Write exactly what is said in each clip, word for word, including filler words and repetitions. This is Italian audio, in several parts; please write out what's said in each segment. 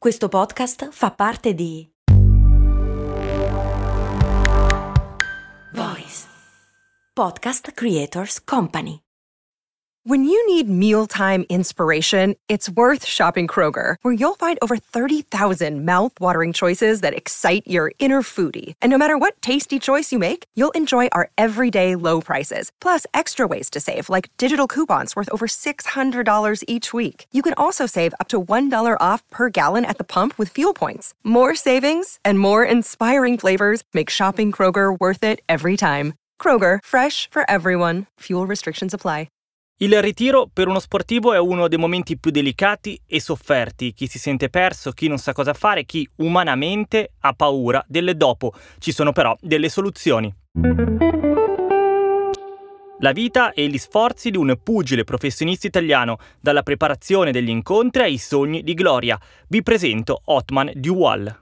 Questo podcast fa parte di Voice Podcast Creators Company. When you need mealtime inspiration, it's worth shopping Kroger, where you'll find over thirty thousand mouth-watering choices that excite your inner foodie. And no matter what tasty choice you make, you'll enjoy our everyday low prices, plus extra ways to save, like digital coupons worth over six hundred dollars each week. You can also save up to one dollar off per gallon at the pump with fuel points. More savings and more inspiring flavors make shopping Kroger worth it every time. Kroger, fresh for everyone. Fuel restrictions apply. Il ritiro per uno sportivo è uno dei momenti più delicati e sofferti. Chi si sente perso, chi non sa cosa fare, chi umanamente ha paura del dopo. Ci sono però delle soluzioni. La vita e gli sforzi di un pugile professionista italiano, dalla preparazione degli incontri ai sogni di gloria. Vi presento Othman Duwal.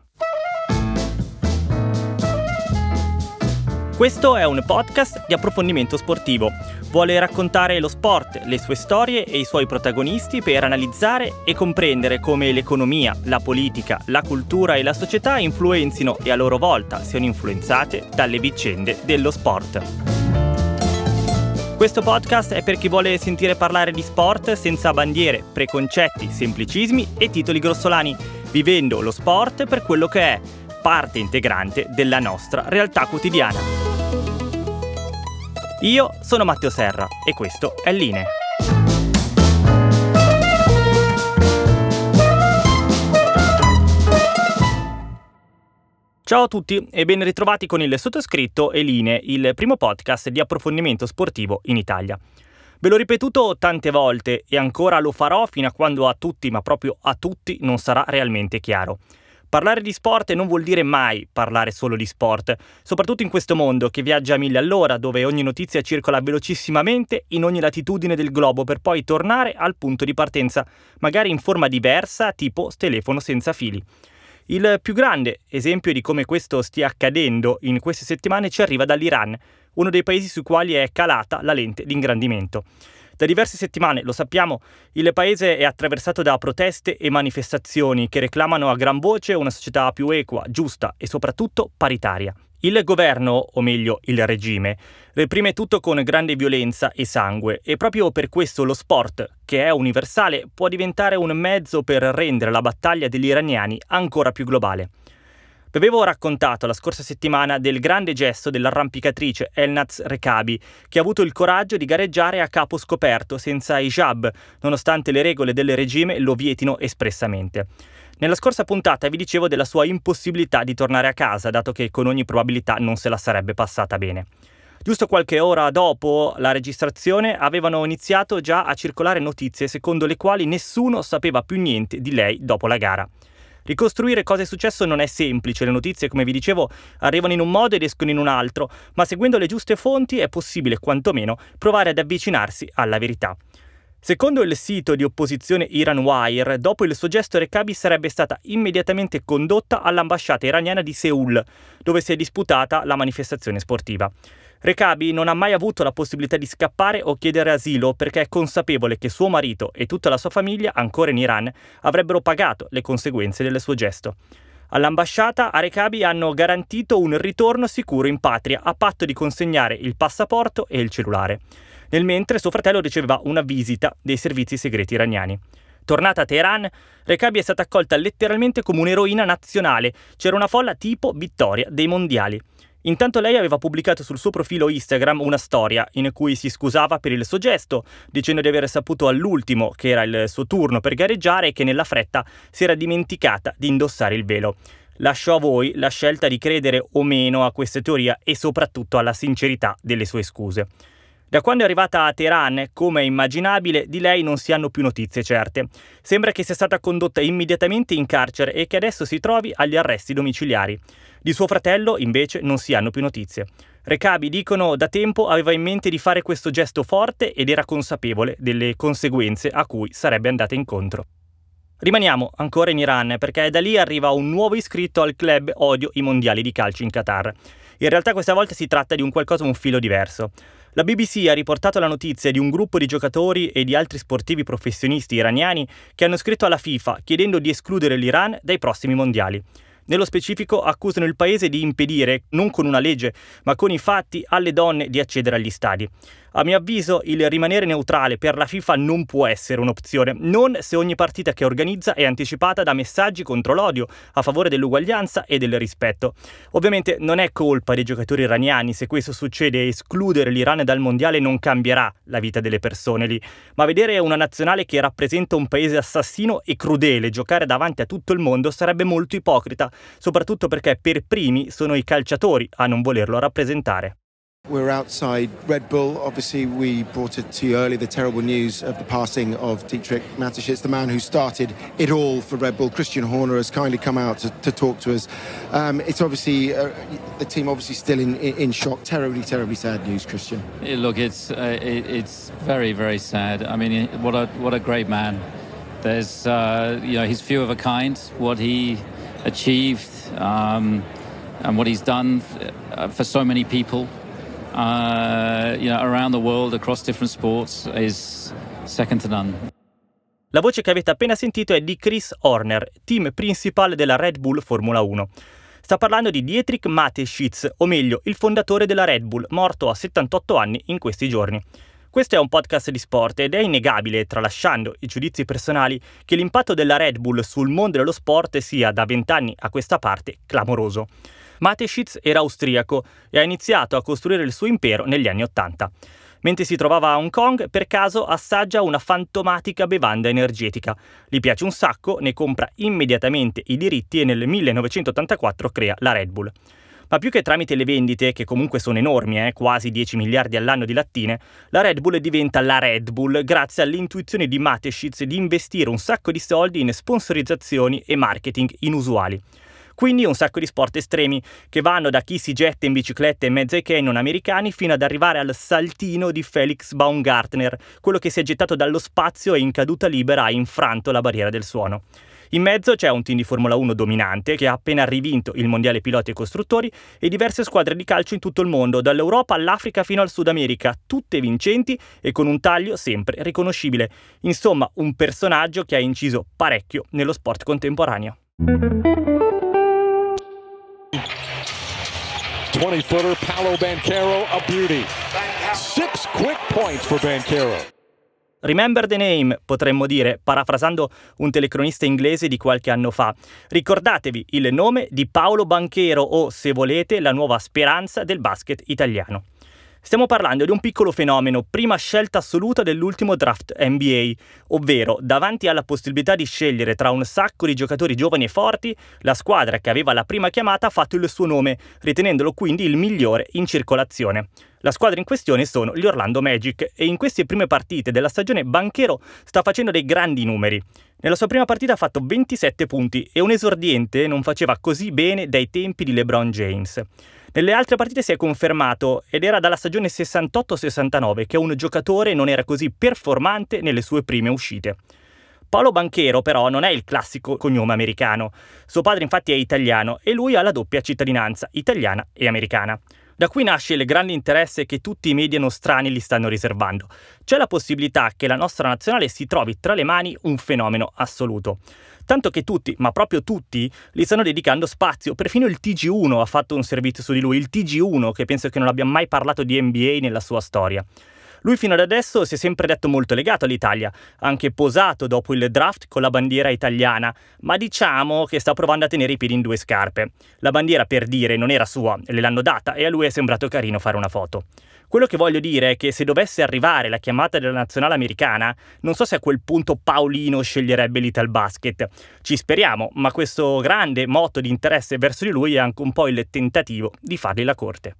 Questo è un podcast di approfondimento sportivo. Vuole raccontare lo sport, le sue storie e i suoi protagonisti per analizzare e comprendere come l'economia, la politica, la cultura e la società influenzino e a loro volta siano influenzate dalle vicende dello sport. Questo podcast è per chi vuole sentire parlare di sport senza bandiere, preconcetti, semplicismi e titoli grossolani, vivendo lo sport per quello che è, parte integrante della nostra realtà quotidiana. Io sono Matteo Serra e questo è Linee. Ciao a tutti e ben ritrovati con il sottoscritto e Linee, il primo podcast di approfondimento sportivo in Italia. Ve l'ho ripetuto tante volte e ancora lo farò fino a quando a tutti, ma proprio a tutti, non sarà realmente chiaro. Parlare di sport non vuol dire mai parlare solo di sport, soprattutto in questo mondo che viaggia a mille all'ora, dove ogni notizia circola velocissimamente in ogni latitudine del globo per poi tornare al punto di partenza, magari in forma diversa, tipo telefono senza fili. Il più grande esempio di come questo stia accadendo in queste settimane ci arriva dall'Iran, uno dei paesi sui quali è calata la lente di ingrandimento. Da diverse settimane, lo sappiamo, il paese è attraversato da proteste e manifestazioni che reclamano a gran voce una società più equa, giusta e soprattutto paritaria. Il governo, o meglio il regime, reprime tutto con grande violenza e sangue e proprio per questo lo sport, che è universale, può diventare un mezzo per rendere la battaglia degli iraniani ancora più globale. Vi avevo raccontato la scorsa settimana del grande gesto dell'arrampicatrice Elnaz Rekabi, che ha avuto il coraggio di gareggiare a capo scoperto senza hijab, nonostante le regole del regime lo vietino espressamente. Nella scorsa puntata vi dicevo della sua impossibilità di tornare a casa, dato che con ogni probabilità non se la sarebbe passata bene. Giusto qualche ora dopo la registrazione avevano iniziato già a circolare notizie secondo le quali nessuno sapeva più niente di lei dopo la gara. Ricostruire cosa è successo non è semplice, le notizie, come vi dicevo, arrivano in un modo ed escono in un altro, ma seguendo le giuste fonti è possibile quantomeno provare ad avvicinarsi alla verità. Secondo il sito di opposizione Iranwire, dopo il suo gesto Rekabi sarebbe stata immediatamente condotta all'ambasciata iraniana di Seul, dove si è disputata la manifestazione sportiva. Rekabi non ha mai avuto la possibilità di scappare o chiedere asilo perché è consapevole che suo marito e tutta la sua famiglia, ancora in Iran, avrebbero pagato le conseguenze del suo gesto. All'ambasciata a Rekabi hanno garantito un ritorno sicuro in patria a patto di consegnare il passaporto e il cellulare. Nel mentre suo fratello riceveva una visita dei servizi segreti iraniani. Tornata a Teheran, Rekabi è stata accolta letteralmente come un'eroina nazionale. C'era una folla tipo vittoria dei mondiali. Intanto lei aveva pubblicato sul suo profilo Instagram una storia in cui si scusava per il suo gesto, dicendo di aver saputo all'ultimo che era il suo turno per gareggiare e che nella fretta si era dimenticata di indossare il velo. Lascio a voi la scelta di credere o meno a questa teoria e soprattutto alla sincerità delle sue scuse. Da quando è arrivata a Teheran, come è immaginabile, di lei non si hanno più notizie certe. Sembra che sia stata condotta immediatamente in carcere e che adesso si trovi agli arresti domiciliari. Di suo fratello, invece, non si hanno più notizie. Rekabi, dicono, da tempo aveva in mente di fare questo gesto forte ed era consapevole delle conseguenze a cui sarebbe andata incontro. Rimaniamo ancora in Iran, perché da lì arriva un nuovo iscritto al club Odio i mondiali di calcio in Qatar. In realtà questa volta si tratta di un qualcosa un filo diverso. La B B C ha riportato la notizia di un gruppo di giocatori e di altri sportivi professionisti iraniani che hanno scritto alla FIFA chiedendo di escludere l'Iran dai prossimi mondiali. Nello specifico accusano il paese di impedire, non con una legge, ma con i fatti, alle donne di accedere agli stadi. A mio avviso, il rimanere neutrale per la FIFA non può essere un'opzione, non se ogni partita che organizza è anticipata da messaggi contro l'odio, a favore dell'uguaglianza e del rispetto. Ovviamente non è colpa dei giocatori iraniani se questo succede e escludere l'Iran dal mondiale non cambierà la vita delle persone lì, ma vedere una nazionale che rappresenta un paese assassino e crudele giocare davanti a tutto il mondo sarebbe molto ipocrita, soprattutto perché per primi sono i calciatori a non volerlo rappresentare. We're outside Red Bull. Obviously, we brought it to you early, the terrible news of the passing of Dietrich Mateschitz, the man who started it all for Red Bull. Christian Horner has kindly come out to, to talk to us. Um, it's obviously, uh, the team obviously still in, in shock. Terribly, terribly sad news, Christian. Look, it's, uh, it, it's very, very sad. I mean, what a, what a great man. There's, uh, you know, he's few of a kind. What he achieved um, and what he's done for so many people. Uh, you know, around the world, across different sports, is second to none. La voce che avete appena sentito è di Chris Horner, team principal della Red Bull Formula uno. Sta parlando di Dietrich Mateschitz, o meglio, il fondatore della Red Bull, morto a settantotto anni in questi giorni. Questo è un podcast di sport ed è innegabile, tralasciando i giudizi personali, che l'impatto della Red Bull sul mondo dello sport sia, da vent'anni a questa parte, clamoroso. Mateschitz era austriaco e ha iniziato a costruire il suo impero negli anni Ottanta. Mentre si trovava a Hong Kong, per caso assaggia una fantomatica bevanda energetica. Gli piace un sacco, ne compra immediatamente i diritti e nel millenovecentottantaquattro crea la Red Bull. Ma più che tramite le vendite, che comunque sono enormi, eh, quasi dieci miliardi all'anno di lattine, la Red Bull diventa la Red Bull grazie all'intuizione di Mateschitz di investire un sacco di soldi in sponsorizzazioni e marketing inusuali. Quindi un sacco di sport estremi, che vanno da chi si getta in bicicletta in mezzo ai canyon americani fino ad arrivare al saltino di Felix Baumgartner, quello che si è gettato dallo spazio e in caduta libera ha infranto la barriera del suono. In mezzo c'è un team di Formula uno dominante che ha appena rivinto il mondiale piloti e costruttori e diverse squadre di calcio in tutto il mondo, dall'Europa all'Africa fino al Sud America, tutte vincenti e con un taglio sempre riconoscibile. Insomma, un personaggio che ha inciso parecchio nello sport contemporaneo. twenty-footer, Paolo Banchero, a beauty. Six quick points for Banchero. Remember the name, potremmo dire, parafrasando un telecronista inglese di qualche anno fa. Ricordatevi il nome di Paolo Banchero o, se volete, la nuova speranza del basket italiano. Stiamo parlando di un piccolo fenomeno, prima scelta assoluta dell'ultimo draft N B A, ovvero davanti alla possibilità di scegliere tra un sacco di giocatori giovani e forti, la squadra che aveva la prima chiamata ha fatto il suo nome, ritenendolo quindi il migliore in circolazione. La squadra in questione sono gli Orlando Magic e in queste prime partite della stagione Banchero sta facendo dei grandi numeri. Nella sua prima partita ha fatto ventisette punti e un esordiente non faceva così bene dai tempi di LeBron James. Nelle altre partite si è confermato ed era dalla stagione sessantotto sessantanove che un giocatore non era così performante nelle sue prime uscite. Paolo Banchero però non è il classico cognome americano. Suo padre infatti è italiano e lui ha la doppia cittadinanza, italiana e americana. Da qui nasce il grande interesse che tutti i media nostrani gli stanno riservando. C'è la possibilità che la nostra nazionale si trovi tra le mani un fenomeno assoluto. Tanto che tutti, ma proprio tutti, gli stanno dedicando spazio. Perfino il T G uno ha fatto un servizio su di lui, il T G uno, che penso che non abbia mai parlato di N B A nella sua storia. Lui fino ad adesso si è sempre detto molto legato all'Italia, anche posato dopo il draft con la bandiera italiana, ma diciamo che sta provando a tenere i piedi in due scarpe. La bandiera, per dire, non era sua, le l'hanno data e a lui è sembrato carino fare una foto. Quello che voglio dire è che se dovesse arrivare la chiamata della nazionale americana, non so se a quel punto Paolino sceglierebbe l'Italbasket. Ci speriamo, ma questo grande moto di interesse verso di lui è anche un po' il tentativo di fargli la corte.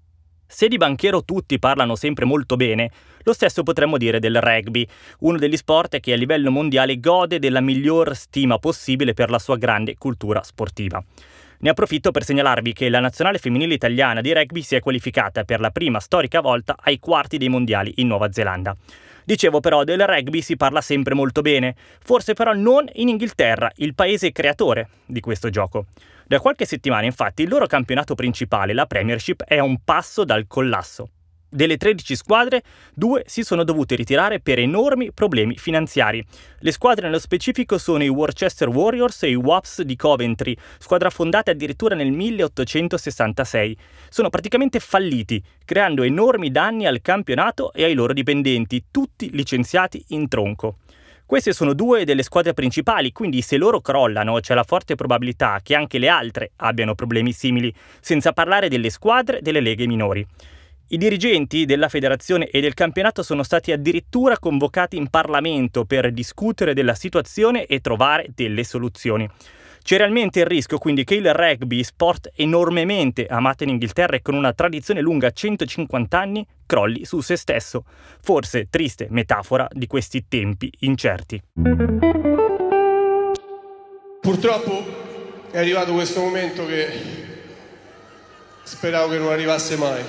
Se di Banchero tutti parlano sempre molto bene, lo stesso potremmo dire del rugby, uno degli sport che a livello mondiale gode della miglior stima possibile per la sua grande cultura sportiva. Ne approfitto per segnalarvi che la nazionale femminile italiana di rugby si è qualificata per la prima storica volta ai quarti dei mondiali in Nuova Zelanda. Dicevo però, del rugby si parla sempre molto bene, forse però non in Inghilterra, il paese creatore di questo gioco. Da qualche settimana infatti il loro campionato principale, la Premiership, è a un passo dal collasso. Delle tredici squadre, due si sono dovute ritirare per enormi problemi finanziari. Le squadre nello specifico sono i Worcester Warriors e i Wasps di Coventry, squadra fondata addirittura nel milleottocentosessantasei. Sono praticamente falliti, creando enormi danni al campionato e ai loro dipendenti, tutti licenziati in tronco. Queste sono due delle squadre principali, quindi se loro crollano c'è la forte probabilità che anche le altre abbiano problemi simili, senza parlare delle squadre delle leghe minori. I dirigenti della federazione e del campionato sono stati addirittura convocati in Parlamento per discutere della situazione e trovare delle soluzioni. C'è realmente il rischio quindi che il rugby, sport enormemente amato in Inghilterra e con una tradizione lunga centocinquanta anni, crolli su se stesso. Forse triste metafora di questi tempi incerti. Purtroppo è arrivato questo momento che speravo che non arrivasse mai.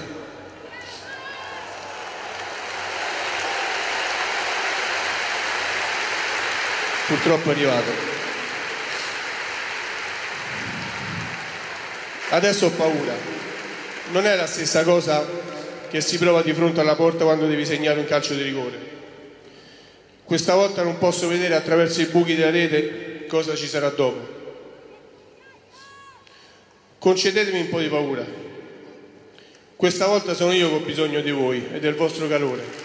Purtroppo è arrivato. Adesso ho paura. Non è la stessa cosa che si prova di fronte alla porta quando devi segnare un calcio di rigore. Questa volta non posso vedere attraverso i buchi della rete cosa ci sarà dopo. Concedetemi un po' di paura. Questa volta sono io che ho bisogno di voi e del vostro calore.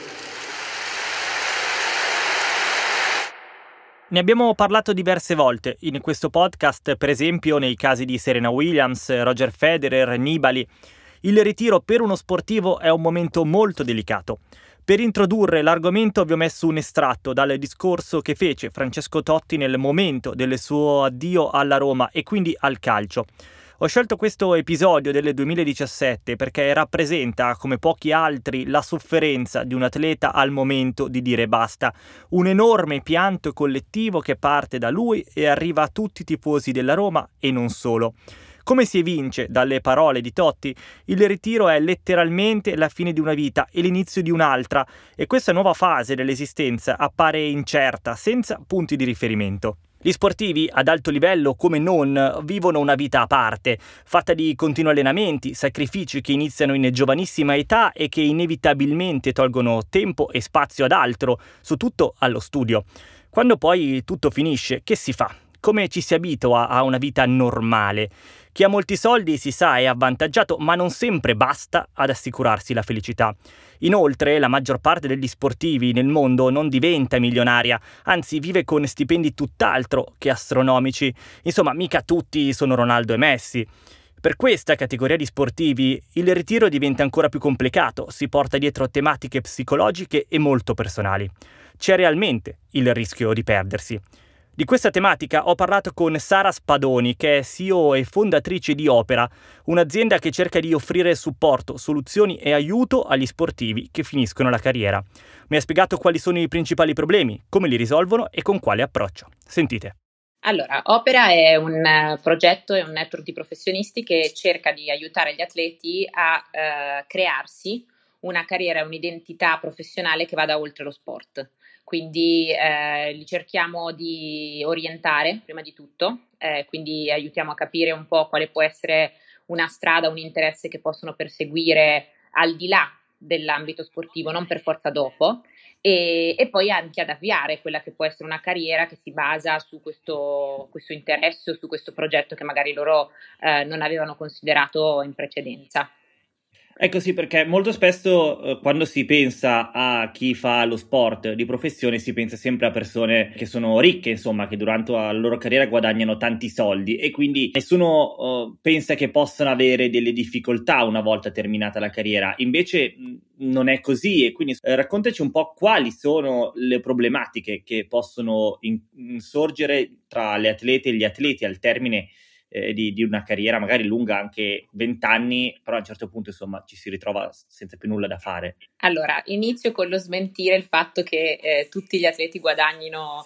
Ne abbiamo parlato diverse volte in questo podcast, per esempio nei casi di Serena Williams, Roger Federer, Nibali. Il ritiro per uno sportivo è un momento molto delicato. Per introdurre l'argomento vi ho messo un estratto dal discorso che fece Francesco Totti nel momento del suo addio alla Roma e quindi al calcio. Ho scelto questo episodio del duemiladiciassette perché rappresenta, come pochi altri, la sofferenza di un atleta al momento di dire basta. Un enorme pianto collettivo che parte da lui e arriva a tutti i tifosi della Roma e non solo. Come si evince dalle parole di Totti, il ritiro è letteralmente la fine di una vita e l'inizio di un'altra, e questa nuova fase dell'esistenza appare incerta, senza punti di riferimento. Gli sportivi ad alto livello, come non, vivono una vita a parte, fatta di continui allenamenti, sacrifici che iniziano in giovanissima età e che inevitabilmente tolgono tempo e spazio ad altro, su tutto allo studio. Quando poi tutto finisce, che si fa? Come ci si abitua a una vita normale? Chi ha molti soldi si sa è avvantaggiato, ma non sempre basta ad assicurarsi la felicità. Inoltre, la maggior parte degli sportivi nel mondo non diventa milionaria, anzi vive con stipendi tutt'altro che astronomici. Insomma, mica tutti sono Ronaldo e Messi. Per questa categoria di sportivi il ritiro diventa ancora più complicato, si porta dietro tematiche psicologiche e molto personali. C'è realmente il rischio di perdersi. Di questa tematica ho parlato con Sara Spadoni, che è C E O e fondatrice di Opera, un'azienda che cerca di offrire supporto, soluzioni e aiuto agli sportivi che finiscono la carriera. Mi ha spiegato quali sono i principali problemi, come li risolvono e con quale approccio. Sentite. Allora, Opera è un progetto e un network di professionisti che cerca di aiutare gli atleti a eh, crearsi una carriera e un'identità professionale che vada oltre lo sport. Quindi eh, li cerchiamo di orientare prima di tutto, eh, quindi aiutiamo a capire un po' quale può essere una strada, un interesse che possono perseguire al di là dell'ambito sportivo, non per forza dopo, e, e poi anche ad avviare quella che può essere una carriera che si basa su questo, questo interesse o su questo progetto che magari loro eh, non avevano considerato in precedenza. Ecco sì, perché molto spesso eh, quando si pensa a chi fa lo sport di professione si pensa sempre a persone che sono ricche, insomma, che durante la loro carriera guadagnano tanti soldi e quindi nessuno eh, pensa che possano avere delle difficoltà una volta terminata la carriera. Invece mh, non è così, e quindi eh, raccontaci un po' quali sono le problematiche che possono in- insorgere tra le atlete e gli atleti al termine Eh, di, di una carriera magari lunga anche vent'anni, però a un certo punto insomma ci si ritrova senza più nulla da fare. Allora, inizio con lo smentire il fatto che eh, tutti gli atleti guadagnino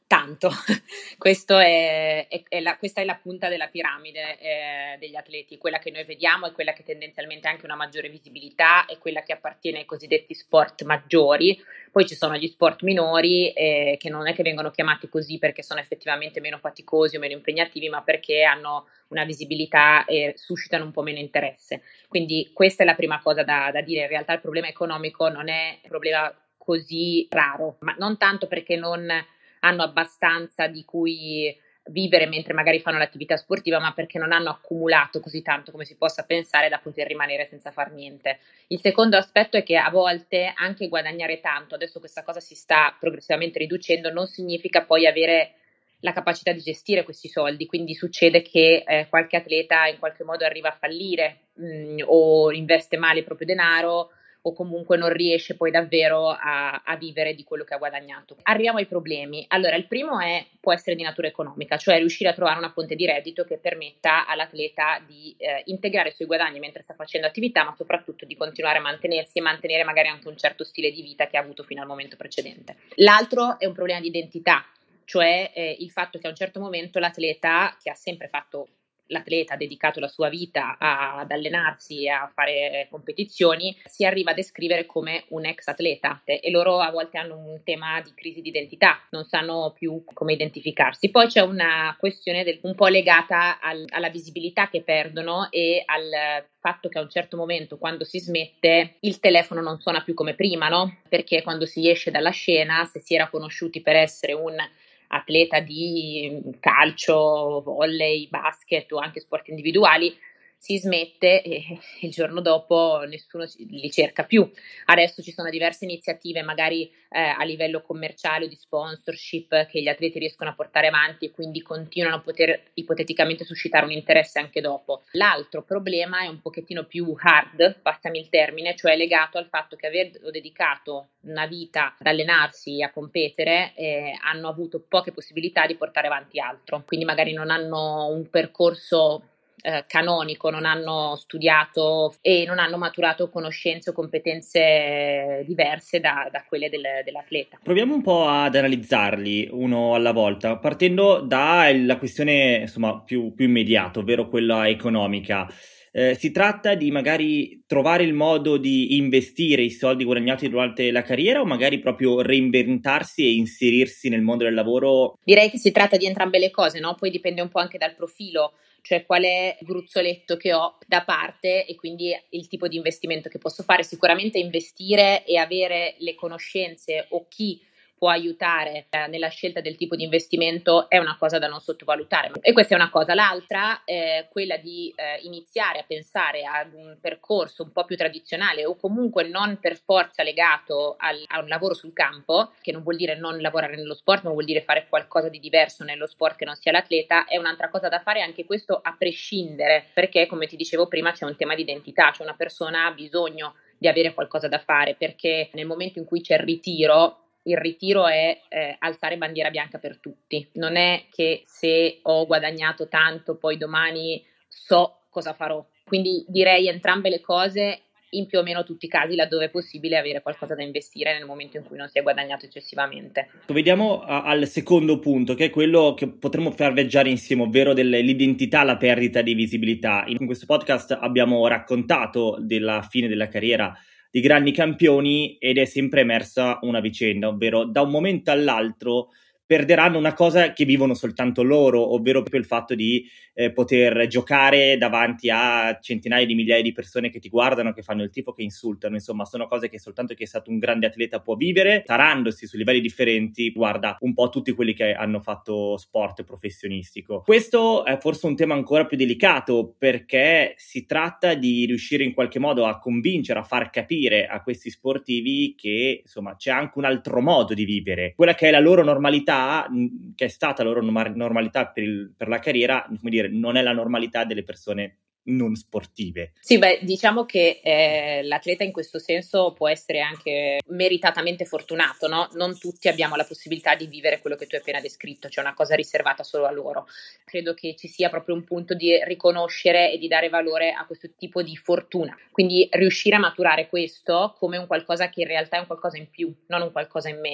Tanto, Questo è, è, è la, questa è la punta della piramide eh, degli atleti, quella che noi vediamo è quella che tendenzialmente ha anche una maggiore visibilità, è quella che appartiene ai cosiddetti sport maggiori. Poi ci sono gli sport minori eh, che non è che vengono chiamati così perché sono effettivamente meno faticosi o meno impegnativi, ma perché hanno una visibilità e suscitano un po' meno interesse. Quindi questa è la prima cosa da, da dire. In realtà il problema economico non è un problema così raro, ma non tanto perché non hanno abbastanza di cui vivere mentre magari fanno l'attività sportiva, ma perché non hanno accumulato così tanto come si possa pensare da poter rimanere senza far niente. Il secondo aspetto è che a volte anche guadagnare tanto, adesso questa cosa si sta progressivamente riducendo, non significa poi avere la capacità di gestire questi soldi, quindi succede che eh, qualche atleta in qualche modo arriva a fallire mh, o investe male il proprio denaro o comunque non riesce poi davvero a, a vivere di quello che ha guadagnato. Arriviamo ai problemi. Allora, il primo è, può essere di natura economica, cioè riuscire a trovare una fonte di reddito che permetta all'atleta di eh, integrare i suoi guadagni mentre sta facendo attività, ma soprattutto di continuare a mantenersi e mantenere magari anche un certo stile di vita che ha avuto fino al momento precedente. L'altro è un problema di identità, cioè eh, il fatto che a un certo momento l'atleta, che ha sempre fatto l'atleta ha dedicato la sua vita a, ad allenarsi e a fare competizioni, si arriva a descrivere come un ex atleta e loro a volte hanno un tema di crisi di identità, non sanno più come identificarsi. Poi c'è una questione del, un po' legata al, alla visibilità che perdono e al fatto che a un certo momento, quando si smette, il telefono non suona più come prima, no? Perché quando si esce dalla scena, se si era conosciuti per essere un atleta di calcio, volley, basket o anche sport individuali, si smette e il giorno dopo nessuno li cerca più. Adesso ci sono diverse iniziative magari eh, a livello commerciale o di sponsorship che gli atleti riescono a portare avanti e quindi continuano a poter ipoteticamente suscitare un interesse anche dopo. L'altro problema è un pochettino più hard, passami il termine, cioè legato al fatto che avendo dedicato una vita ad allenarsi e a competere eh, hanno avuto poche possibilità di portare avanti altro, quindi magari non hanno un percorso Eh, canonico, non hanno studiato e non hanno maturato conoscenze o competenze diverse da, da quelle del, dell'atleta. Proviamo un po' ad analizzarli uno alla volta, partendo dalla questione insomma più, più immediata, ovvero quella economica. Eh, si tratta di magari trovare il modo di investire i soldi guadagnati durante la carriera o magari proprio reinventarsi e inserirsi nel mondo del lavoro? Direi che si tratta di entrambe le cose, no? Poi dipende un po' anche dal profilo, cioè qual è il gruzzoletto che ho da parte e quindi il tipo di investimento che posso fare. Sicuramente investire e avere le conoscenze o chi può aiutare eh, nella scelta del tipo di investimento è una cosa da non sottovalutare. E questa è una cosa. L'altra è quella di eh, iniziare a pensare ad un percorso un po' più tradizionale o comunque non per forza legato al, a un lavoro sul campo, che non vuol dire non lavorare nello sport, ma vuol dire fare qualcosa di diverso nello sport che non sia l'atleta. È un'altra cosa da fare anche questo a prescindere, perché come ti dicevo prima c'è un tema di identità, cioè una persona ha bisogno di avere qualcosa da fare, perché nel momento in cui c'è il ritiro, il ritiro è eh, alzare bandiera bianca per tutti. Non è che se ho guadagnato tanto poi domani so cosa farò. Quindi direi entrambe le cose in più o meno tutti i casi, laddove è possibile avere qualcosa da investire nel momento in cui non si è guadagnato eccessivamente. Vediamo a, al secondo punto, che è quello che potremmo farveggiare insieme, ovvero dell'identità, la perdita di visibilità. In questo podcast abbiamo raccontato della fine della carriera di grandi campioni ed è sempre emersa una vicenda, ovvero da un momento all'altro perderanno una cosa che vivono soltanto loro, ovvero proprio il fatto di eh, poter giocare davanti a centinaia di migliaia di persone che ti guardano, che fanno il tifo, che insultano. Insomma, sono cose che soltanto chi è stato un grande atleta può vivere, tarandosi su livelli differenti, guarda un po' tutti quelli che hanno fatto sport professionistico. Questo è forse un tema ancora più delicato, perché si tratta di riuscire in qualche modo a convincere, a far capire a questi sportivi che insomma c'è anche un altro modo di vivere, quella che è la loro normalità, che è stata la loro normalità per, il, per la carriera, come dire, non è la normalità delle persone non sportive. Sì, beh, diciamo che eh, l'atleta in questo senso può essere anche meritatamente fortunato, no? Non tutti abbiamo la possibilità di vivere quello che tu hai appena descritto, cioè una cosa riservata solo a loro. Credo che ci sia proprio un punto di riconoscere e di dare valore a questo tipo di fortuna, quindi riuscire a maturare questo come un qualcosa che in realtà è un qualcosa in più, non un qualcosa in meno.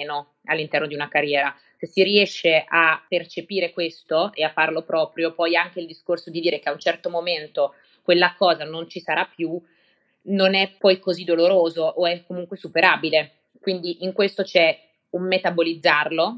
all'interno di una carriera. Se si riesce a percepire questo e a farlo proprio, poi anche il discorso di dire che a un certo momento quella cosa non ci sarà più, non è poi così doloroso o è comunque superabile. Quindi in questo c'è un metabolizzarlo,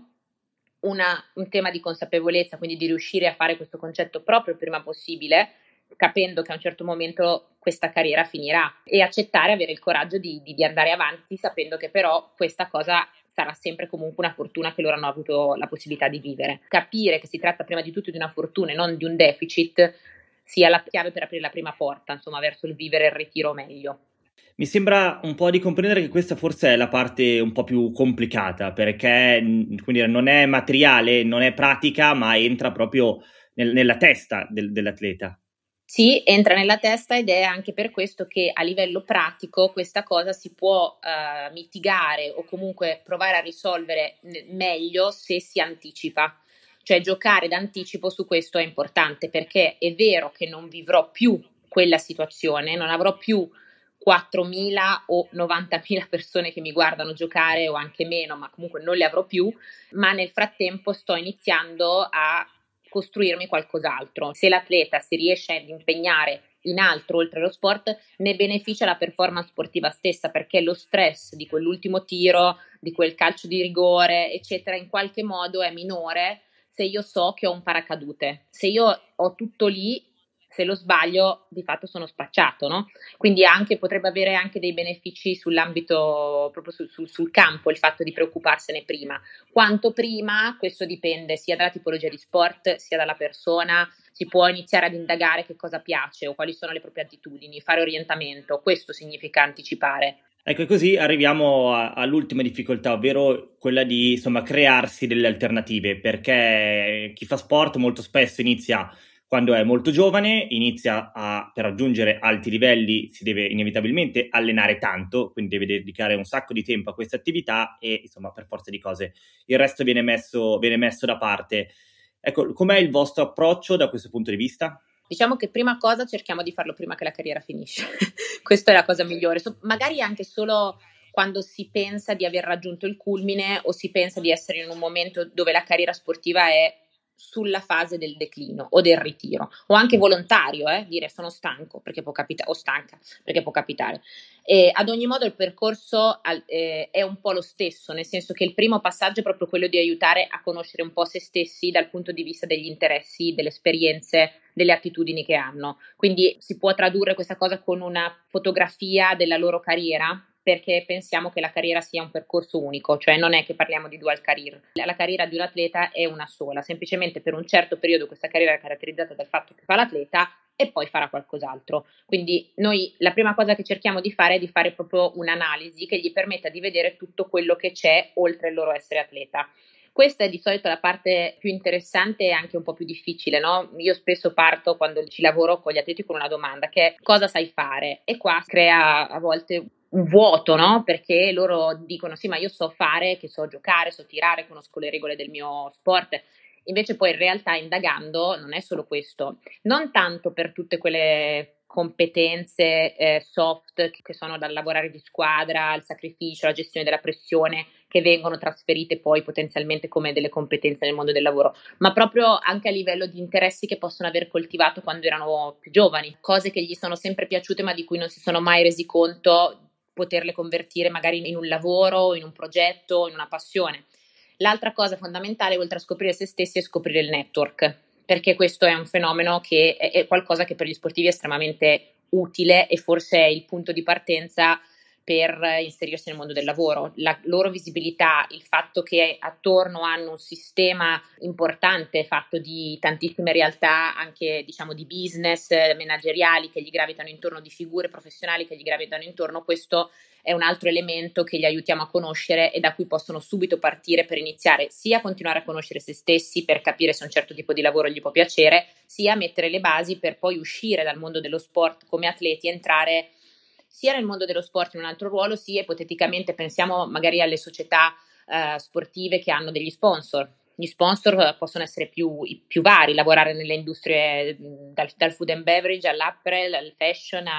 una, un tema di consapevolezza, quindi di riuscire a fare questo concetto proprio il prima possibile, capendo che a un certo momento questa carriera finirà, e accettare, avere il coraggio di, di, di andare avanti, sapendo che però questa cosa sarà sempre comunque una fortuna che loro hanno avuto la possibilità di vivere. Capire che si tratta prima di tutto di una fortuna e non di un deficit sia la chiave per aprire la prima porta, insomma, verso il vivere e il ritiro meglio. Mi sembra un po' di comprendere che questa forse è la parte un po' più complicata, perché quindi non è materiale, non è pratica, ma entra proprio nel, nella testa del, dell'atleta. Sì, entra nella testa, ed è anche per questo che a livello pratico questa cosa si può uh, mitigare o comunque provare a risolvere meglio se si anticipa. Cioè giocare d'anticipo su questo è importante, perché è vero che non vivrò più quella situazione, non avrò più quattromila o novantamila persone che mi guardano giocare, o anche meno, ma comunque non le avrò più, ma nel frattempo sto iniziando a costruirmi qualcos'altro. Se l'atleta si riesce ad impegnare in altro oltre lo sport, ne beneficia la performance sportiva stessa, perché lo stress di quell'ultimo tiro, di quel calcio di rigore, eccetera, in qualche modo è minore se io so che ho un paracadute. Se io ho tutto lì, se lo sbaglio di fatto sono spacciato, no? Quindi anche potrebbe avere anche dei benefici sull'ambito, proprio sul, sul, sul campo, il fatto di preoccuparsene prima. Quanto prima, questo dipende sia dalla tipologia di sport, sia dalla persona. Si può iniziare ad indagare che cosa piace o quali sono le proprie attitudini, fare orientamento. Questo significa anticipare. Ecco, e così arriviamo a, all'ultima difficoltà, ovvero quella di, insomma, crearsi delle alternative, perché chi fa sport molto spesso inizia quando è molto giovane, inizia a, per raggiungere alti livelli si deve inevitabilmente allenare tanto, quindi deve dedicare un sacco di tempo a questa attività e, insomma, per forza di cose il resto viene messo, viene messo da parte. Ecco, com'è il vostro approccio da questo punto di vista? Diciamo che prima cosa cerchiamo di farlo prima che la carriera finisce. Questa è la cosa migliore, so, magari anche solo quando si pensa di aver raggiunto il culmine o si pensa di essere in un momento dove la carriera sportiva è sulla fase del declino o del ritiro, o anche volontario, eh, dire sono stanco perché può capitare, o stanca perché può capitare. E ad ogni modo il percorso eh, è un po' lo stesso, nel senso che il primo passaggio è proprio quello di aiutare a conoscere un po' se stessi dal punto di vista degli interessi, delle esperienze, delle attitudini che hanno. Quindi si può tradurre questa cosa con una fotografia della loro carriera, perché pensiamo che la carriera sia un percorso unico, cioè non è che parliamo di dual career. La carriera di un atleta è una sola, semplicemente per un certo periodo questa carriera è caratterizzata dal fatto che fa l'atleta e poi farà qualcos'altro. Quindi noi la prima cosa che cerchiamo di fare è di fare proprio un'analisi che gli permetta di vedere tutto quello che c'è oltre il loro essere atleta. Questa è di solito la parte più interessante e anche un po' più difficile, no? Io spesso parto quando ci lavoro con gli atleti con una domanda che è: cosa sai fare? E qua crea a volte un vuoto, no? Perché loro dicono sì, ma io so fare, che so giocare, so tirare, conosco le regole del mio sport. Invece poi in realtà indagando non è solo questo, non tanto per tutte quelle competenze eh, soft che sono dal lavorare di squadra, al sacrificio, alla gestione della pressione, che vengono trasferite poi potenzialmente come delle competenze nel mondo del lavoro, ma proprio anche a livello di interessi che possono aver coltivato quando erano più giovani, cose che gli sono sempre piaciute ma di cui non si sono mai resi conto, poterle convertire magari in un lavoro, in un progetto, in una passione. L'altra cosa fondamentale, oltre a scoprire se stessi, è scoprire il network, perché questo è un fenomeno che è, è qualcosa che per gli sportivi è estremamente utile e forse è il punto di partenza per inserirsi nel mondo del lavoro. La loro visibilità, il fatto che attorno hanno un sistema importante fatto di tantissime realtà, anche diciamo di business, manageriali che gli gravitano intorno, di figure professionali che gli gravitano intorno, questo è un altro elemento che gli aiutiamo a conoscere e da cui possono subito partire per iniziare sia a continuare a conoscere se stessi, per capire se un certo tipo di lavoro gli può piacere, sia a mettere le basi per poi uscire dal mondo dello sport come atleti, entrare sia nel mondo dello sport in un altro ruolo, sia ipoteticamente pensiamo magari alle società eh, sportive che hanno degli sponsor. Gli sponsor possono essere più, più vari, lavorare nelle industrie dal, dal food and beverage all'apparel, al fashion, a,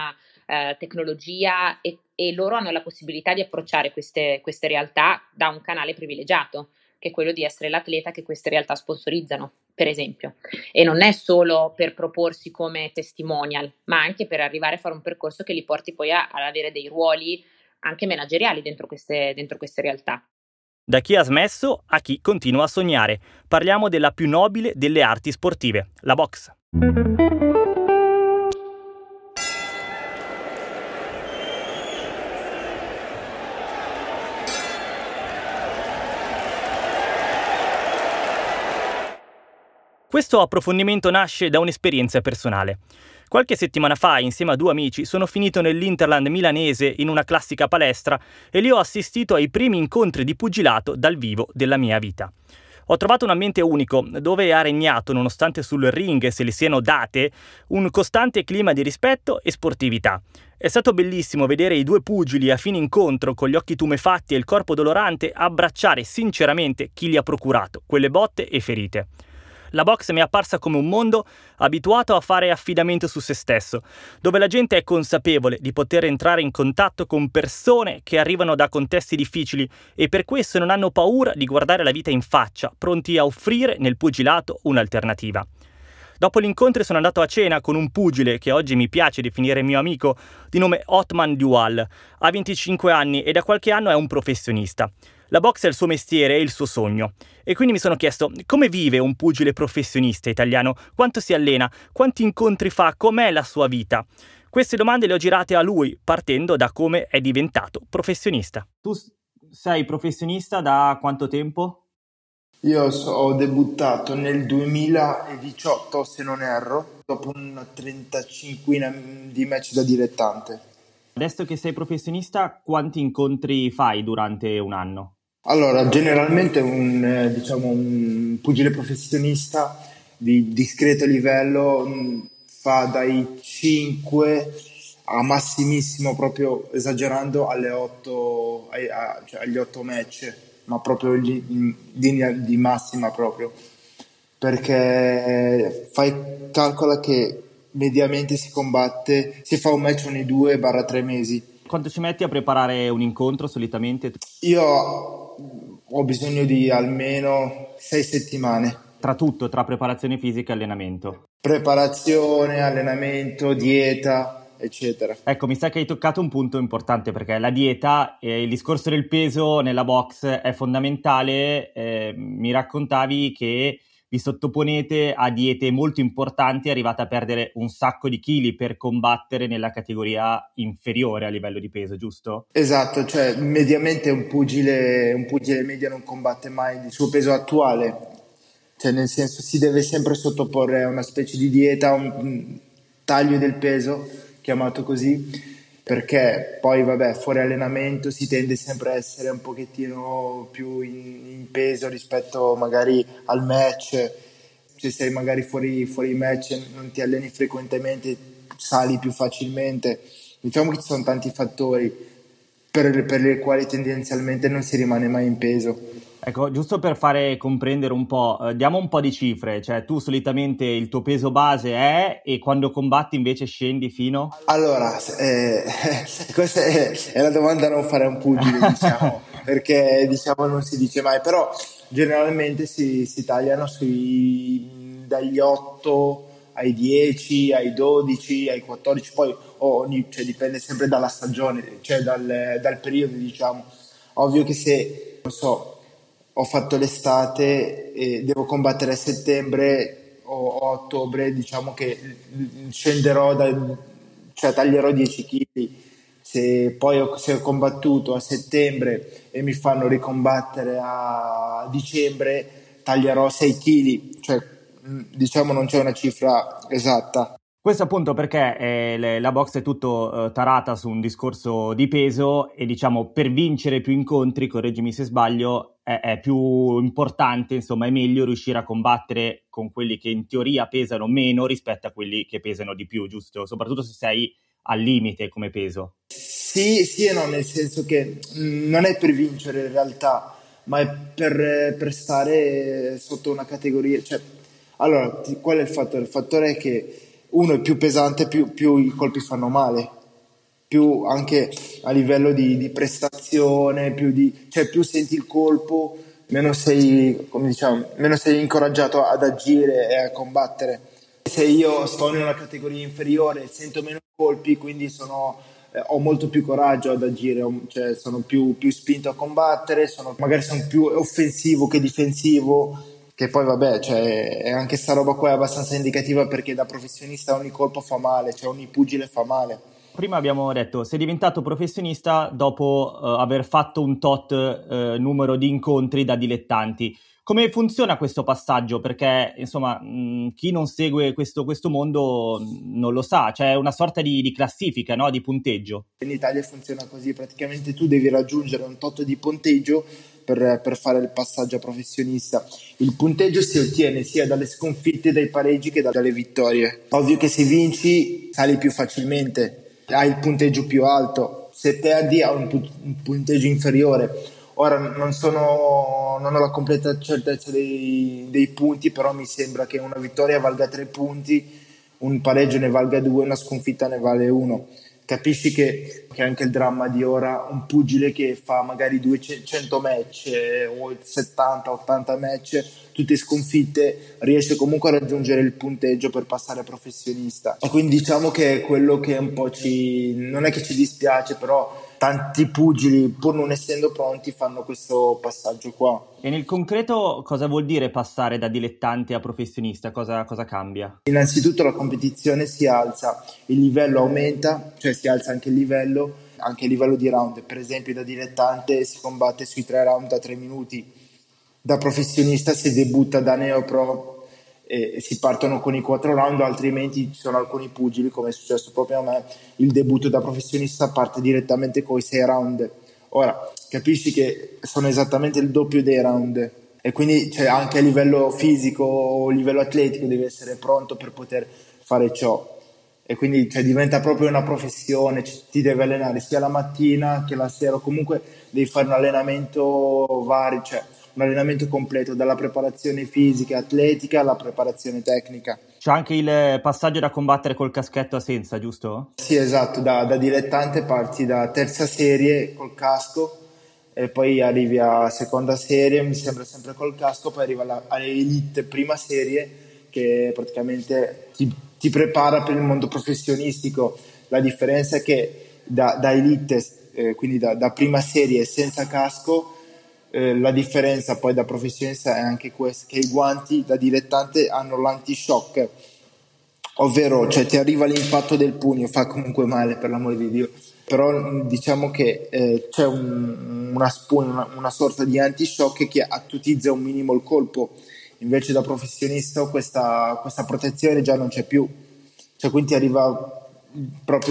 eh, tecnologia e, e loro hanno la possibilità di approcciare queste, queste realtà da un canale privilegiato, che è quello di essere l'atleta che queste realtà sponsorizzano, per esempio. E non è solo per proporsi come testimonial, ma anche per arrivare a fare un percorso che li porti poi a, ad avere dei ruoli anche manageriali dentro queste, dentro queste realtà. Da chi ha smesso a chi continua a sognare. Parliamo della più nobile delle arti sportive, la boxe. Questo approfondimento nasce da un'esperienza personale. Qualche settimana fa, insieme a due amici, sono finito nell'Interland milanese in una classica palestra e lì ho assistito ai primi incontri di pugilato dal vivo della mia vita. Ho trovato un ambiente unico, dove ha regnato, nonostante sul ring se le siano date, un costante clima di rispetto e sportività. È stato bellissimo vedere i due pugili a fine incontro, con gli occhi tumefatti e il corpo dolorante, abbracciare sinceramente chi li ha procurato quelle botte e ferite. La boxe mi è apparsa come un mondo abituato a fare affidamento su se stesso, dove la gente è consapevole di poter entrare in contatto con persone che arrivano da contesti difficili e per questo non hanno paura di guardare la vita in faccia, pronti a offrire nel pugilato un'alternativa. Dopo l'incontro sono andato a cena con un pugile che oggi mi piace definire mio amico, di nome Othman Dual. Ha venticinque anni e da qualche anno è un professionista. La boxe è il suo mestiere e il suo sogno. E quindi mi sono chiesto come vive un pugile professionista italiano, quanto si allena, quanti incontri fa, com'è la sua vita. Queste domande le ho girate a lui, partendo da come è diventato professionista. Tu sei professionista da quanto tempo? Io so, ho debuttato nel duemiladiciotto, se non erro, dopo una trentacinquina di match da dilettante. Adesso che sei professionista, quanti incontri fai durante un anno? Allora, generalmente un, eh, diciamo, un pugile professionista di discreto livello mh, fa dai cinque a massimissimo, proprio esagerando, alle otto, ai, a, cioè agli otto match, ma proprio in linea di massima proprio, perché fai calcola che mediamente si combatte, si fa un match ogni due barra tre mesi. Quanto ci metti a preparare un incontro solitamente? Io ho bisogno di almeno sei settimane. Tra tutto, tra preparazione fisica e allenamento? Preparazione, allenamento, dieta, eccetera. Ecco, mi sa che hai toccato un punto importante, perché la dieta e il discorso del peso nella box è fondamentale. Eh, mi raccontavi che vi sottoponete a diete molto importanti, arrivate a perdere un sacco di chili per combattere nella categoria inferiore a livello di peso, giusto? Esatto, cioè mediamente un pugile, un pugile medio non combatte mai il suo peso attuale, cioè nel senso si deve sempre sottoporre a una specie di dieta, un taglio del peso, chiamato così, perché poi vabbè, fuori allenamento si tende sempre a essere un pochettino più in, in peso rispetto magari al match. Se sei magari fuori, fuori match, non ti alleni frequentemente, sali più facilmente. Diciamo che ci sono tanti fattori per, per i quali tendenzialmente non si rimane mai in peso. Ecco, giusto per fare comprendere un po', eh, diamo un po' di cifre, cioè tu solitamente il tuo peso base è e quando combatti invece scendi fino? Allora, eh, questa è, è la domanda da non fare a un pugile, diciamo, perché diciamo non si dice mai, però generalmente si, si tagliano sui, dagli otto ai dieci, ai dodici, ai quattordici, poi ogni, cioè, dipende sempre dalla stagione, cioè dal, dal periodo, diciamo. Ovvio che se, non so, ho fatto l'estate e devo combattere a settembre o a ottobre, diciamo che scenderò, da, cioè taglierò dieci chili. Se poi ho, se ho combattuto a settembre e mi fanno ricombattere a dicembre, taglierò sei chili, cioè diciamo non c'è una cifra esatta. Questo appunto perché eh, la box è tutto eh, tarata su un discorso di peso e diciamo per vincere più incontri, correggimi se sbaglio, è, è più importante, insomma è meglio riuscire a combattere con quelli che in teoria pesano meno rispetto a quelli che pesano di più, giusto? Soprattutto se sei al limite come peso. Sì, sì e no, nel senso che mh, non è per vincere in realtà, ma è per, per stare sotto una categoria. Cioè, allora, qual è il fattore? Il fattore è che uno è più pesante, più, più i colpi fanno male, più anche a livello di, di prestazione, più di, cioè più senti il colpo, meno sei, come diciamo, meno sei incoraggiato ad agire e a combattere. Se io sto in una categoria inferiore sento meno colpi, quindi sono, eh, ho molto più coraggio ad agire, cioè sono più, più spinto a combattere, sono, magari sono più offensivo che difensivo, che poi vabbè, cioè, anche sta roba qua è abbastanza indicativa, perché da professionista ogni colpo fa male, cioè ogni pugile fa male. Prima abbiamo detto, sei diventato professionista dopo uh, aver fatto un tot uh, numero di incontri da dilettanti. Come funziona questo passaggio? Perché, insomma, mh, chi non segue questo, questo mondo non lo sa. C'è una sorta di, di classifica, no? Di punteggio. In Italia funziona così, praticamente tu devi raggiungere un tot di punteggio per, per fare il passaggio a professionista. Il punteggio si ottiene sia dalle sconfitte, dai pareggi che dalle vittorie. Ovvio che se vinci sali più facilmente, hai il punteggio più alto. Se perdi hai un, pu- un punteggio inferiore. Ora non sono, non ho la completa certezza dei, dei punti, però mi sembra che una vittoria valga tre punti, un pareggio ne valga due, una sconfitta ne vale uno. Capisci che, che anche il dramma di ora, un pugile che fa magari duecento match o settanta ottanta match, tutte sconfitte, riesce comunque a raggiungere il punteggio per passare a professionista. E quindi diciamo che è quello che un po' ci, non è che ci dispiace, però tanti pugili, pur non essendo pronti, fanno questo passaggio qua. E nel concreto cosa vuol dire passare da dilettante a professionista? Cosa, cosa cambia? Innanzitutto la competizione si alza, il livello aumenta, cioè si alza anche il livello, anche il livello di round. Per esempio da dilettante si combatte sui tre round a tre minuti, da professionista si debutta da neopro e si partono con i quattro round, altrimenti ci sono alcuni pugili, come è successo proprio a me, il debutto da professionista parte direttamente con i sei round. Ora capisci che sono esattamente il doppio dei round, e quindi cioè, anche a livello fisico o a livello atletico devi essere pronto per poter fare ciò, e quindi cioè, diventa proprio una professione, cioè, ti devi allenare sia la mattina che la sera, o comunque devi fare un allenamento vario, cioè un allenamento completo, dalla preparazione fisica, atletica alla preparazione tecnica. C'è anche il passaggio da combattere col caschetto a senza, giusto? Sì, esatto, da, da dilettante parti da terza serie col casco e poi arrivi a seconda serie, mi sembra sempre col casco, poi arriva alla, all'elite prima serie, che praticamente ti, ti prepara per il mondo professionistico. La differenza è che da, da elite, eh, quindi da, da prima serie senza casco, Eh, la differenza poi da professionista è anche questa, che i guanti da dilettante hanno l'anti-shock, ovvero cioè ti arriva l'impatto del pugno, fa comunque male per l'amore di Dio, però diciamo che eh, c'è un, una, spugna, una, una sorta di anti-shock che attutizza un minimo il colpo, invece da professionista questa, questa protezione già non c'è più, cioè quindi ti arriva proprio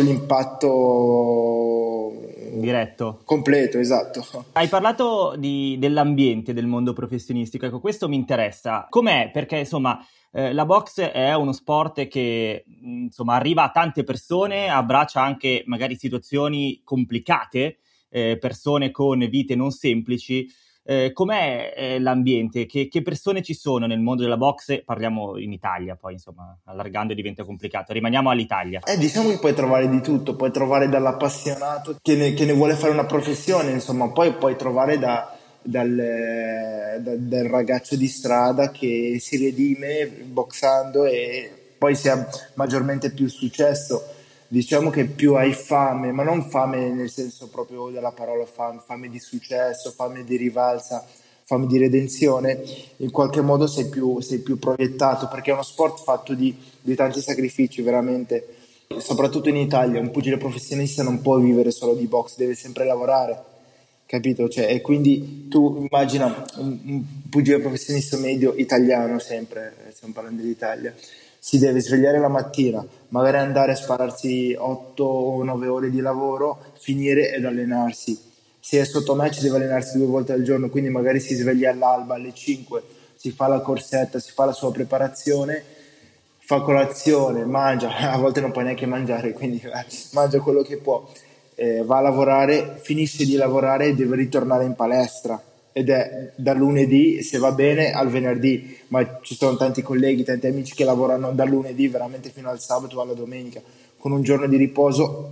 l'impatto diretto, completo, esatto. Hai parlato di, dell'ambiente del mondo professionistico, ecco, questo mi interessa. Com'è? Perché insomma eh, la box è uno sport che insomma arriva a tante persone, abbraccia anche magari situazioni complicate, eh, persone con vite non semplici. Eh, com'è eh, l'ambiente? Che, che persone ci sono nel mondo della box? Parliamo in Italia, poi insomma allargando diventa complicato, rimaniamo all'Italia. Eh, diciamo che puoi trovare di tutto, puoi trovare dall'appassionato che ne, che ne vuole fare una professione, insomma, poi puoi trovare da, dal, da, dal ragazzo di strada che si redime boxando e poi si ha maggiormente più successo. Diciamo che più hai fame, ma non fame nel senso proprio della parola fame, fame di successo, fame di rivalsa, fame di redenzione, in qualche modo sei più, sei più proiettato, perché è uno sport fatto di, di tanti sacrifici, veramente. Soprattutto in Italia, un pugile professionista non può vivere solo di box, deve sempre lavorare, capito? Cioè, e quindi tu immagina un, un pugile professionista medio italiano, sempre, stiamo parlando dell'Italia, si deve svegliare la mattina, magari andare a spararsi otto o nove ore di lavoro, finire ed allenarsi. Se è sotto match deve allenarsi due volte al giorno, quindi magari si sveglia all'alba, alle cinque, si fa la corsetta, si fa la sua preparazione, fa colazione, mangia, a volte non puoi neanche mangiare, quindi eh, mangia quello che può, eh, va a lavorare, finisce di lavorare e deve ritornare in palestra. Ed è da lunedì, se va bene, al venerdì, ma ci sono tanti colleghi, tanti amici che lavorano dal lunedì veramente fino al sabato o alla domenica, con un giorno di riposo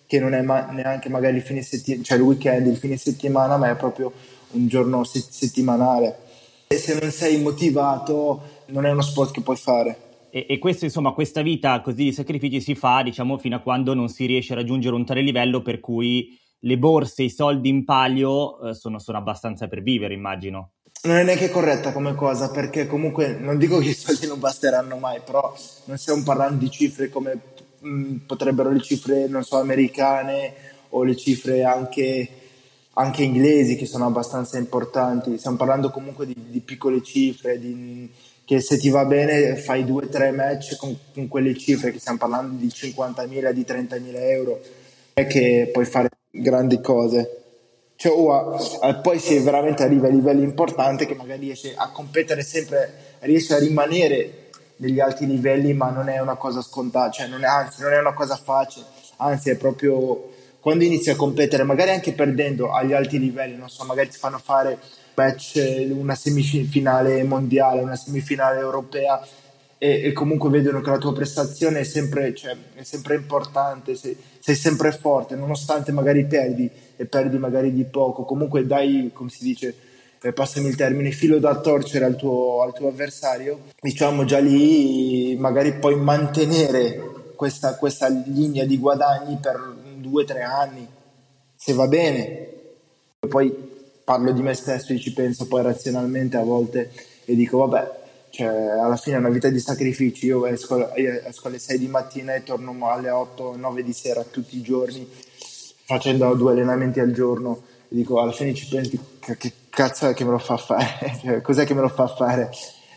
che non è ma- neanche magari il fine settimana, cioè il weekend, il fine settimana, ma è proprio un giorno se- settimanale. E se non sei motivato non è uno sport che puoi fare. E, e questo, insomma, questa vita così di sacrifici si fa, diciamo, fino a quando non si riesce a raggiungere un tale livello per cui le borse, i soldi in palio eh, sono, sono abbastanza per vivere, immagino. Non è neanche corretta come cosa, perché comunque non dico che i soldi non basteranno mai, però non stiamo parlando di cifre come mh, potrebbero le cifre, non so, americane o le cifre anche, anche inglesi, che sono abbastanza importanti. Stiamo parlando comunque di, di piccole cifre, di, che se ti va bene fai due o tre match con, con quelle cifre, che stiamo parlando di cinquantamila, di trentamila euro, è che puoi fare grandi cose. Cioè, oh, eh, poi si veramente arriva a livelli importanti, che magari riesce a competere sempre, riesce a rimanere negli alti livelli, ma non è una cosa scontata, cioè non è, anzi non è una cosa facile, anzi è proprio quando inizi a competere, magari anche perdendo agli alti livelli, non so, magari ti fanno fare match, una semifinale mondiale, una semifinale europea, e, e comunque vedono che la tua prestazione è sempre, cioè, è sempre importante, sei, sei sempre forte, nonostante magari perdi e perdi magari di poco, comunque dai, come si dice, eh, passami il termine, filo da torcere al tuo, al tuo avversario, diciamo già lì magari puoi mantenere questa, questa linea di guadagni per due o tre anni, se va bene. Poi parlo di me stesso e ci penso poi razionalmente a volte e dico vabbè, cioè, alla fine è una vita di sacrifici. Io esco, io esco alle sei di mattina e torno alle otto nove di sera tutti i giorni, facendo due allenamenti al giorno, e dico alla fine ci pensi che, che cazzo è che me lo fa fare cioè, cos'è che me lo fa fare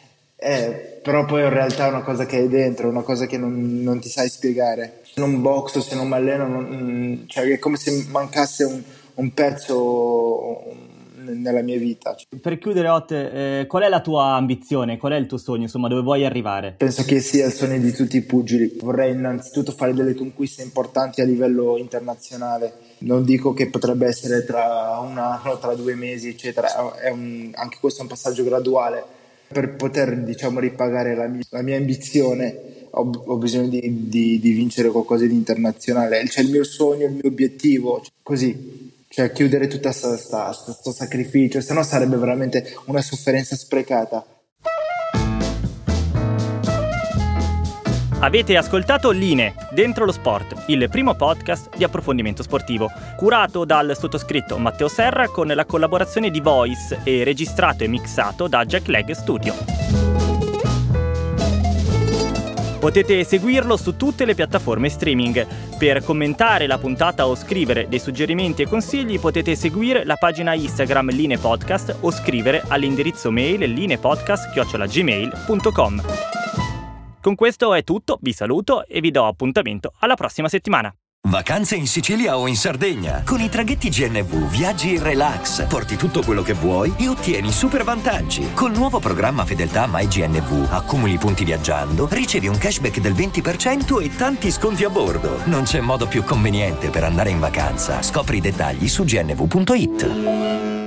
eh, però poi in realtà è una cosa che hai dentro, è una cosa che non, non ti sai spiegare. Se non boxo, se non mi alleno, non, cioè è come se mancasse un, un pezzo nella mia vita. Per chiudere, Ott, eh, qual è la tua ambizione? Qual è il tuo sogno? Insomma, dove vuoi arrivare? Penso che sia il sogno di tutti i pugili. Vorrei innanzitutto fare delle conquiste importanti a livello internazionale. Non dico che potrebbe essere tra un anno, tra due mesi, eccetera. È un, anche questo è un passaggio graduale. Per poter, diciamo, ripagare la mia, la mia ambizione ho, ho bisogno di, di, di vincere qualcosa di internazionale. C'è il mio sogno, il mio obiettivo, così. Cioè chiudere tutto questo sacrificio, se no sarebbe veramente una sofferenza sprecata. Avete ascoltato Linee, Dentro lo Sport, il primo podcast di approfondimento sportivo, curato dal sottoscritto Matteo Serra con la collaborazione di Voice e registrato e mixato da Jack Leg Studio. Potete seguirlo su tutte le piattaforme streaming. Per commentare la puntata o scrivere dei suggerimenti e consigli potete seguire la pagina Instagram Linee Podcast o scrivere all'indirizzo mail lineepodcast chiocciola gmail punto com. Con questo è tutto, vi saluto e vi do appuntamento alla prossima settimana. Vacanze in Sicilia o in Sardegna. Con i traghetti G N V viaggi in relax, porti tutto quello che vuoi e ottieni super vantaggi. Col nuovo programma Fedeltà MyGNV accumuli punti viaggiando, ricevi un cashback del venti per cento e tanti sconti a bordo. Non c'è modo più conveniente per andare in vacanza. Scopri i dettagli su gnv punto it.